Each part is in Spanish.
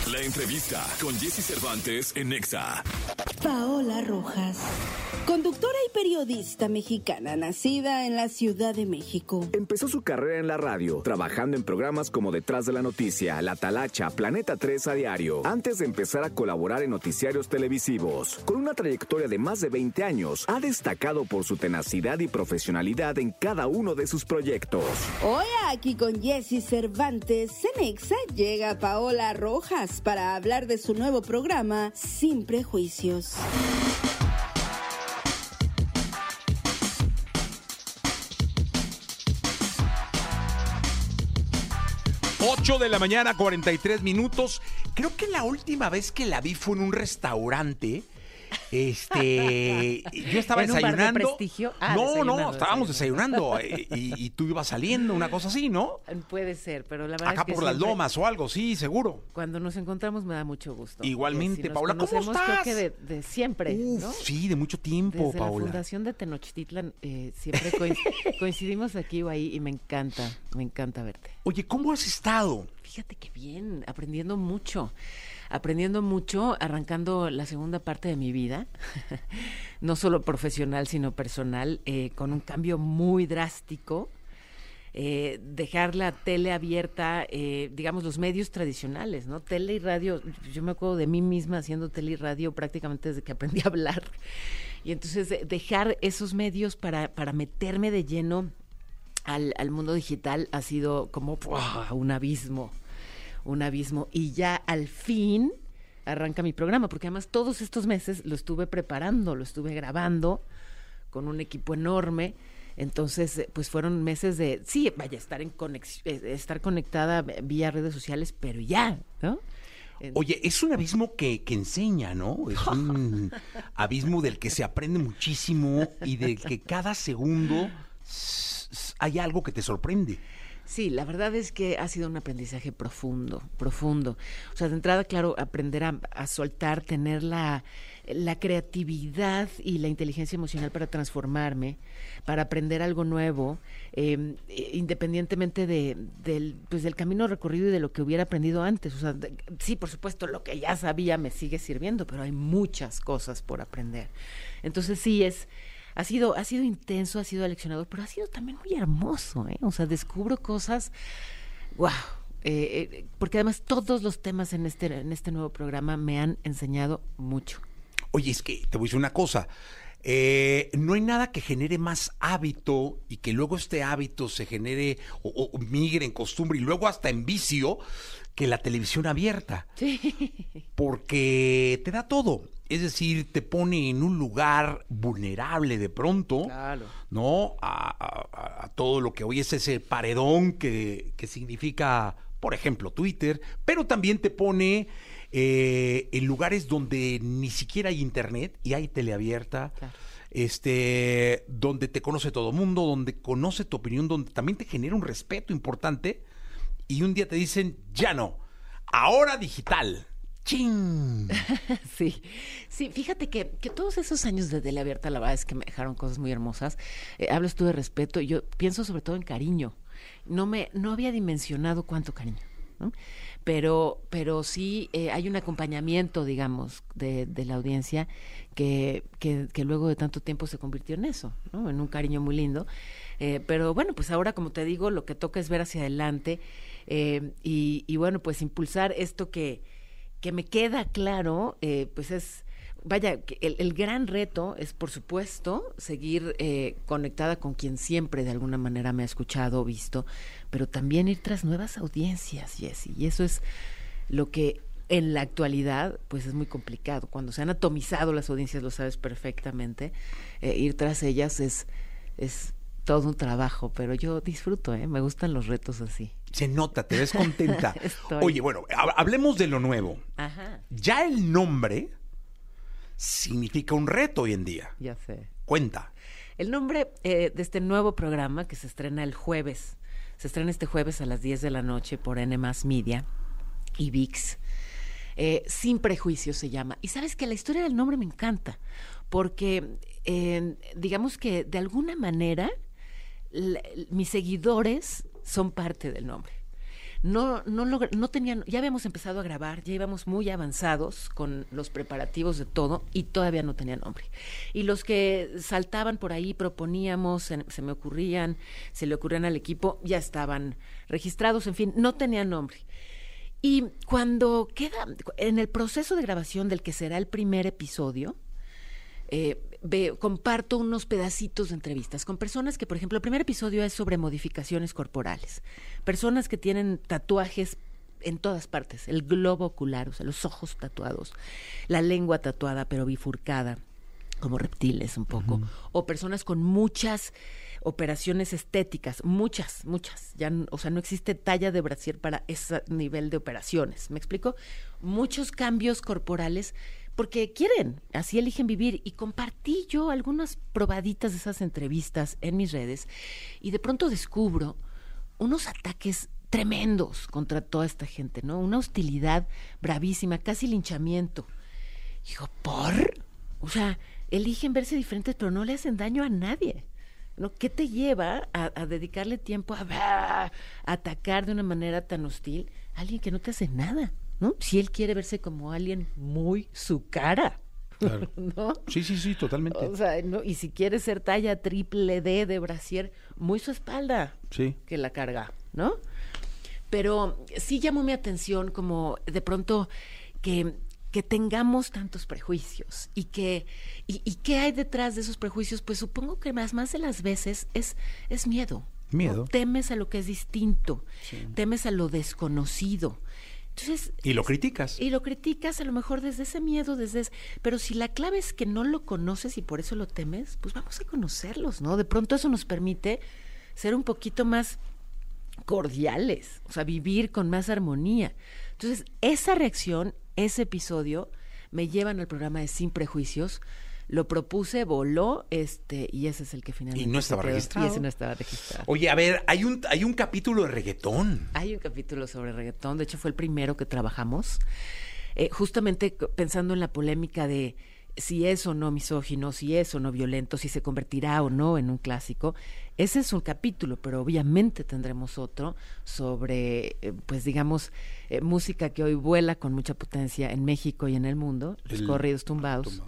La entrevista con Jessy Cervantes en Nexa. Paola Rojas, conductora y periodista mexicana, nacida en la Ciudad de México. Empezó su carrera en la radio, trabajando en programas como Detrás de la Noticia, La Talacha, Planeta 3 a diario, antes de empezar a colaborar en noticiarios televisivos. Con una trayectoria de más de 20 años, ha destacado por su tenacidad y profesionalidad en cada uno de sus proyectos. Hoy aquí con Jessy Cervantes en Nexa llega Paola Rojas para hablar de su nuevo programa Sin Prejuicios. 8 de la mañana, 43 minutos. Creo que la última vez que la vi fue en un restaurante. Yo estaba ¿En un bar de desayunando. prestigio? No, estábamos desayunando y tú ibas saliendo, una cosa así, ¿no? Puede ser, pero la verdad Acá es que por las siempre, lomas o algo, sí, seguro. cuando nos encontramos me da mucho gusto. Igualmente, Si nos Paola, ¿cómo conocemos, estás? Creo que de siempre, ¿no? Sí, de mucho tiempo, Desde Paola. la fundación de Tenochtitlan siempre coincidimos aquí o ahí y me encanta verte. Oye, ¿cómo has estado? Fíjate que bien, aprendiendo mucho, arrancando la segunda parte de mi vida, no solo profesional, sino personal, con un cambio muy drástico, dejar la tele abierta, digamos, los medios tradicionales, ¿no? Tele y radio, yo me acuerdo de mí misma haciendo tele y radio prácticamente desde que aprendí a hablar, y entonces dejar esos medios para meterme de lleno al mundo digital ha sido como un abismo, y ya al fin arranca mi programa, porque además todos estos meses lo estuve preparando, lo estuve grabando con un equipo enorme. Entonces, pues fueron meses de, sí, vaya, estar conectada vía redes sociales, pero ya, ¿no? Oye, es un abismo que enseña, ¿no? Es un abismo del que se aprende muchísimo y del que cada segundo hay algo que te sorprende. Sí, la verdad es que ha sido un aprendizaje profundo. O sea, de entrada, claro, aprender a soltar, tener la creatividad y la inteligencia emocional para transformarme, para aprender algo nuevo, independientemente del camino recorrido y de lo que hubiera aprendido antes. O sea, sí, por supuesto, lo que ya sabía me sigue sirviendo, pero hay muchas cosas por aprender. Entonces, sí, ha sido intenso, ha sido aleccionador, pero ha sido también muy hermoso, ¿eh? O sea, descubro cosas, wow, porque además todos los temas en este nuevo programa me han enseñado mucho. Oye, es que te voy a decir una cosa, no hay nada que genere más hábito y que luego este hábito se genere o migre en costumbre y luego hasta en vicio que la televisión abierta. Sí. Porque te da todo. Es decir, te pone en un lugar vulnerable de pronto, Claro. ¿no? A todo lo que hoy es ese paredón que significa, por ejemplo, Twitter, pero también te pone en lugares donde ni siquiera hay internet y hay teleabierta, Claro. Donde te conoce todo mundo, donde conoce tu opinión, donde también te genera un respeto importante y un día te dicen, ya no, ahora digital. ¡Chin! Sí, fíjate que todos esos años de tele abierta, la verdad es que me dejaron cosas muy hermosas. Hablas tú de respeto, yo pienso sobre todo en cariño. No había dimensionado cuánto cariño, ¿no? Pero sí hay un acompañamiento, digamos, de la audiencia que luego de tanto tiempo se convirtió en eso, ¿no? En un cariño muy lindo. Pero bueno, pues ahora, como te digo, lo que toca es ver hacia adelante y bueno, pues impulsar esto que me queda claro, pues es, vaya, el gran reto es, por supuesto, seguir conectada con quien siempre de alguna manera me ha escuchado o visto, pero también ir tras nuevas audiencias, Jessy, y eso es lo que en la actualidad, pues es muy complicado. Cuando se han atomizado las audiencias, lo sabes perfectamente, ir tras ellas es todo un trabajo, pero yo disfruto, me gustan los retos así. Se nota, te ves contenta. Estoy. Oye, bueno, hablemos de lo nuevo. Ajá, Ya el nombre significa un reto hoy en día. ya sé. Cuenta. El nombre de este nuevo programa que se estrena este jueves a las 10 de la noche por N+ Media y ViX, Sin Prejuicios se llama. Y sabes que la historia del nombre me encanta, porque digamos que de alguna manera mis seguidores son parte del nombre. no tenían, ya habíamos empezado a grabar, ya íbamos muy avanzados con los preparativos de todo y todavía no tenían nombre. Y los que saltaban por ahí, proponíamos, se le ocurrían al equipo, ya estaban registrados, en fin, no tenían nombre. Y cuando queda, en el proceso de grabación del que será el primer episodio, comparto unos pedacitos de entrevistas con personas que, por ejemplo, el primer episodio es sobre modificaciones corporales. Personas que tienen tatuajes en todas partes, el globo ocular, o sea, los ojos tatuados, la lengua tatuada pero bifurcada, como reptiles un poco, o personas con muchas operaciones estéticas, muchas, ya, o sea, no existe talla de brasier para ese nivel de operaciones, ¿me explico? Muchos cambios corporales porque quieren, así eligen vivir, y compartí yo algunas probaditas de esas entrevistas en mis redes y de pronto descubro unos ataques tremendos contra toda esta gente, ¿no? Una hostilidad bravísima, casi linchamiento. Digo, ¿por? O sea, eligen verse diferentes, pero no le hacen daño a nadie, ¿no? ¿Qué te lleva a dedicarle tiempo a atacar de una manera tan hostil a alguien que no te hace nada, ¿no? Si él quiere verse como alguien muy su cara, claro. ¿no? Sí, totalmente. O sea, ¿no? Y si quiere ser talla triple D de brasier, muy su espalda, sí, que la carga, ¿no? Pero sí llamó mi atención como de pronto que tengamos tantos prejuicios y qué hay detrás de esos prejuicios. Pues supongo que más de las veces es miedo. Miedo. ¿No? Temes a lo que es distinto, sí, temes a lo desconocido. Entonces, y lo criticas. Y lo criticas a lo mejor desde ese miedo, pero si la clave es que no lo conoces y por eso lo temes, pues vamos a conocerlos, ¿no? De pronto eso nos permite ser un poquito más cordiales, o sea, vivir con más armonía. Entonces, esa reacción, ese episodio, me llevan al programa de Sin Prejuicios. Lo propuse, voló, y ese es el que finalmente... Y no estaba registrado. Y ese no estaba registrado. Oye, a ver, hay un capítulo de reggaetón. Hay un capítulo sobre reggaetón, de hecho fue el primero que trabajamos, justamente pensando en la polémica de si es o no misógino, si es o no violento, si se convertirá o no en un clásico. Ese es un capítulo, pero obviamente tendremos otro sobre, pues digamos, música que hoy vuela con mucha potencia en México y en el mundo, los corridos tumbados.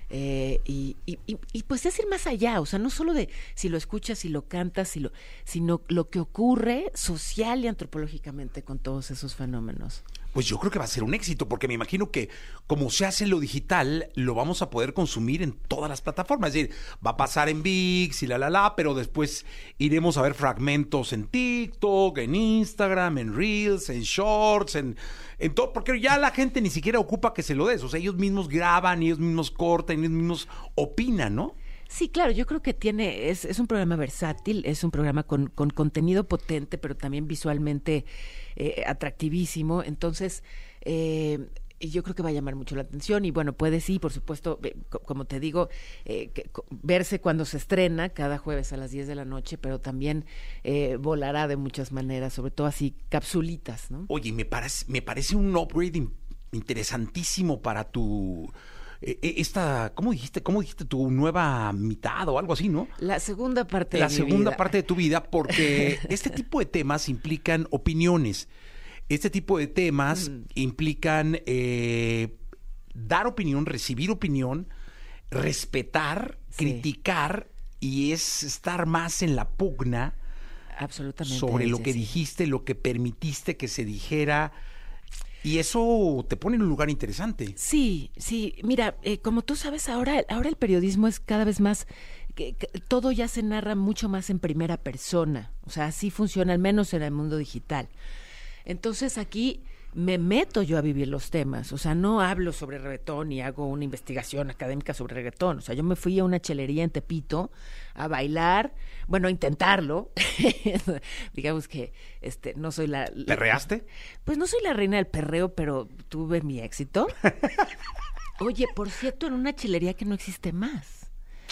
Y pues es ir más allá, o sea, no solo de si lo escuchas, si lo cantas, sino lo que ocurre social y antropológicamente con todos esos fenómenos. Pues yo creo que va a ser un éxito, porque me imagino que como se hace en lo digital, lo vamos a poder consumir en todas las plataformas. Es decir, va a pasar en ViX y pero después iremos a ver fragmentos en TikTok, en Instagram, en Reels, en Shorts, en todo, porque ya la gente ni siquiera ocupa que se lo des. O sea, ellos mismos graban, ellos mismos cortan, ellos mismos opinan, ¿no? Sí, claro, yo creo que es un programa versátil, es un programa con contenido potente, pero también visualmente atractivísimo. Entonces, yo creo que va a llamar mucho la atención y bueno, puede sí, por supuesto, como te digo, verse cuando se estrena cada jueves a las 10 de la noche, pero también volará de muchas maneras, sobre todo así capsulitas, ¿no? Oye, me parece un upgrade interesantísimo para tu... ¿cómo dijiste tu nueva mitad o algo así, ¿no? La segunda parte de mi vida. La segunda parte de tu vida, porque este tipo de temas implican opiniones. Este tipo de temas implican dar opinión, recibir opinión, respetar, criticar, y es estar más en la pugna. Absolutamente. Sobre lo que dijiste, lo que permitiste que se dijera. Y eso te pone en un lugar interesante. Sí. Mira, como tú sabes, ahora el periodismo es cada vez más... que todo ya se narra mucho más en primera persona. O sea, así funciona, al menos en el mundo digital. Entonces, aquí me meto yo a vivir los temas. O sea, no hablo sobre reggaetón y hago una investigación académica sobre reggaetón. O sea, yo me fui a una chelería en Tepito a bailar, bueno, a intentarlo. Digamos que no soy la... ¿Perreaste? Pues no soy la reina del perreo, pero tuve mi éxito. Oye, por cierto, en una chelería que no existe más.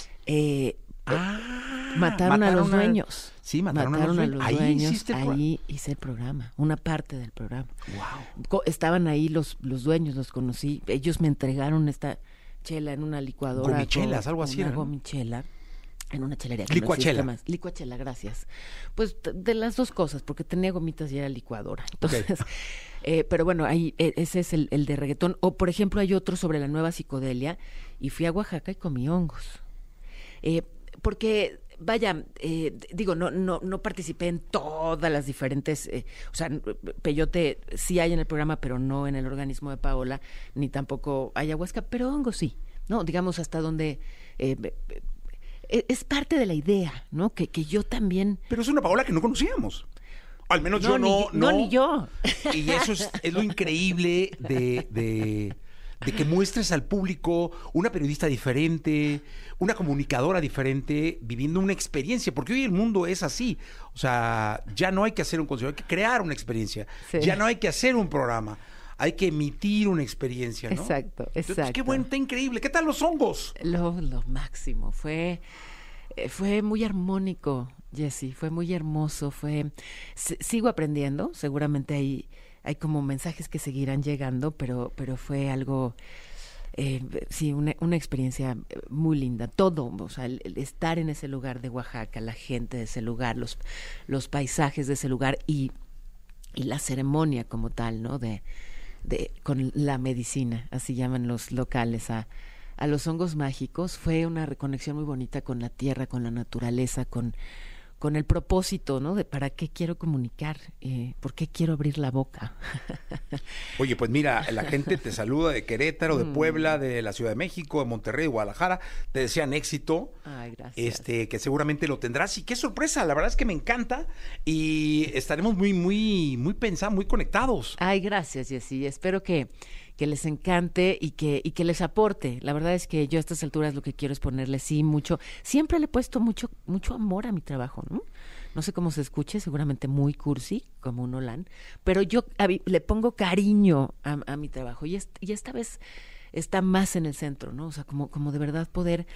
Mataron a los dueños. Sí, mataron a los dueños. Ahí hice el programa, una parte del programa. Wow. Estaban ahí los dueños, los conocí. Ellos me entregaron esta chela en una licuadora. Gomichelas, algo así. Una gomichela. En una chelería. Que Licuachela. No existe más. Licuachela, gracias. Pues de las dos cosas, porque tenía gomitas y era licuadora. Entonces, pero bueno, ahí ese es el de reggaetón. O, por ejemplo, hay otro sobre la nueva psicodelia. Y fui a Oaxaca y comí hongos. Porque, vaya, digo, no participé en todas las diferentes... o sea, peyote sí hay en el programa, pero no en el organismo de Paola, ni tampoco ayahuasca, pero hongos sí, ¿no? Digamos, hasta donde... es parte de la idea, ¿no? Que yo también... Pero es una Paola que no conocíamos. Al menos yo no. Ni yo. Y eso es lo increíble de que muestres al público una periodista diferente, una comunicadora diferente, viviendo una experiencia, porque hoy el mundo es así. O sea, ya no hay que hacer un consejo, hay que crear una experiencia. Sí. Ya no hay que hacer un programa, hay que emitir una experiencia, ¿no? Exacto. Entonces, qué bueno, está increíble. ¿Qué tal los hongos? Lo máximo, fue muy armónico, Jessy, fue muy hermoso, sigo aprendiendo, seguramente hay como mensajes que seguirán llegando, pero fue algo, sí, una experiencia muy linda. Todo, o sea, el estar en ese lugar de Oaxaca, la gente de ese lugar, los paisajes de ese lugar y la ceremonia como tal, ¿no? Con la medicina, así llaman los locales a los hongos mágicos, fue una reconexión muy bonita con la tierra, con la naturaleza, con el propósito, ¿no? De para qué quiero comunicar, por qué quiero abrir la boca. Oye, pues mira, la gente te saluda de Querétaro, de Puebla, de la Ciudad de México, de Monterrey, de Guadalajara, te desean éxito. Ay, gracias. Que seguramente lo tendrás y qué sorpresa, la verdad es que me encanta y estaremos muy pensados, muy conectados. Ay, gracias, Jessy, espero que les encante y que les aporte. La verdad es que yo a estas alturas lo que quiero es ponerle siempre le he puesto mucho amor a mi trabajo, ¿no? No sé cómo se escuche, seguramente muy cursi, como un Nolan, pero yo le pongo cariño a mi trabajo y esta vez está más en el centro, ¿no? O sea, como de verdad poder,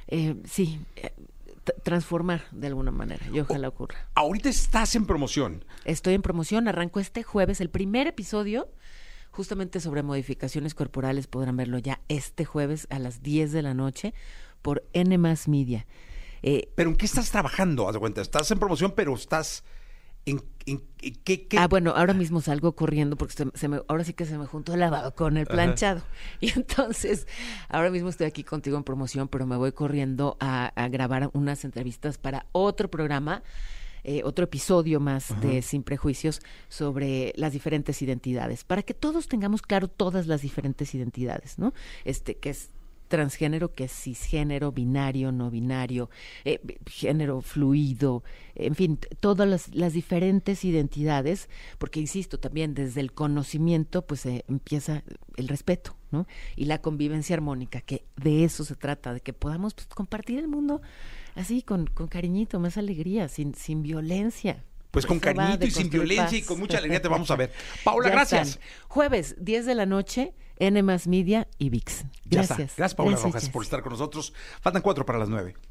transformar de alguna manera, y ojalá ocurra. Ahorita estás en promoción. Estoy en promoción, arranco este jueves, el primer episodio, justamente sobre modificaciones corporales, podrán verlo ya este jueves a las 10 de la noche por N+ Media. ¿Pero en qué estás trabajando? Haz de cuenta, estás en promoción, pero estás en qué... Bueno, ahora mismo salgo corriendo porque ahora sí que se me juntó el lavado con el planchado. Ajá. Y entonces, ahora mismo estoy aquí contigo en promoción, pero me voy corriendo a grabar unas entrevistas para otro programa, otro episodio más Ajá. de Sin Prejuicios sobre las diferentes identidades, para que todos tengamos claro todas las diferentes identidades, ¿no? Que es transgénero, que es cisgénero, binario, no binario, género fluido, en fin, todas las diferentes identidades, porque insisto, también desde el conocimiento pues empieza el respeto, ¿no? Y la convivencia armónica, que de eso se trata, de que podamos pues, compartir el mundo así, con cariñito, más alegría, sin violencia. Pues con cariñito y sin violencia y con mucha alegría te vamos a ver. Paola, gracias. Están. Jueves, 10 de la noche, N+ Media y VIX. Gracias. Gracias, Paola Rojas, por estar con nosotros. Faltan 4 para las 9.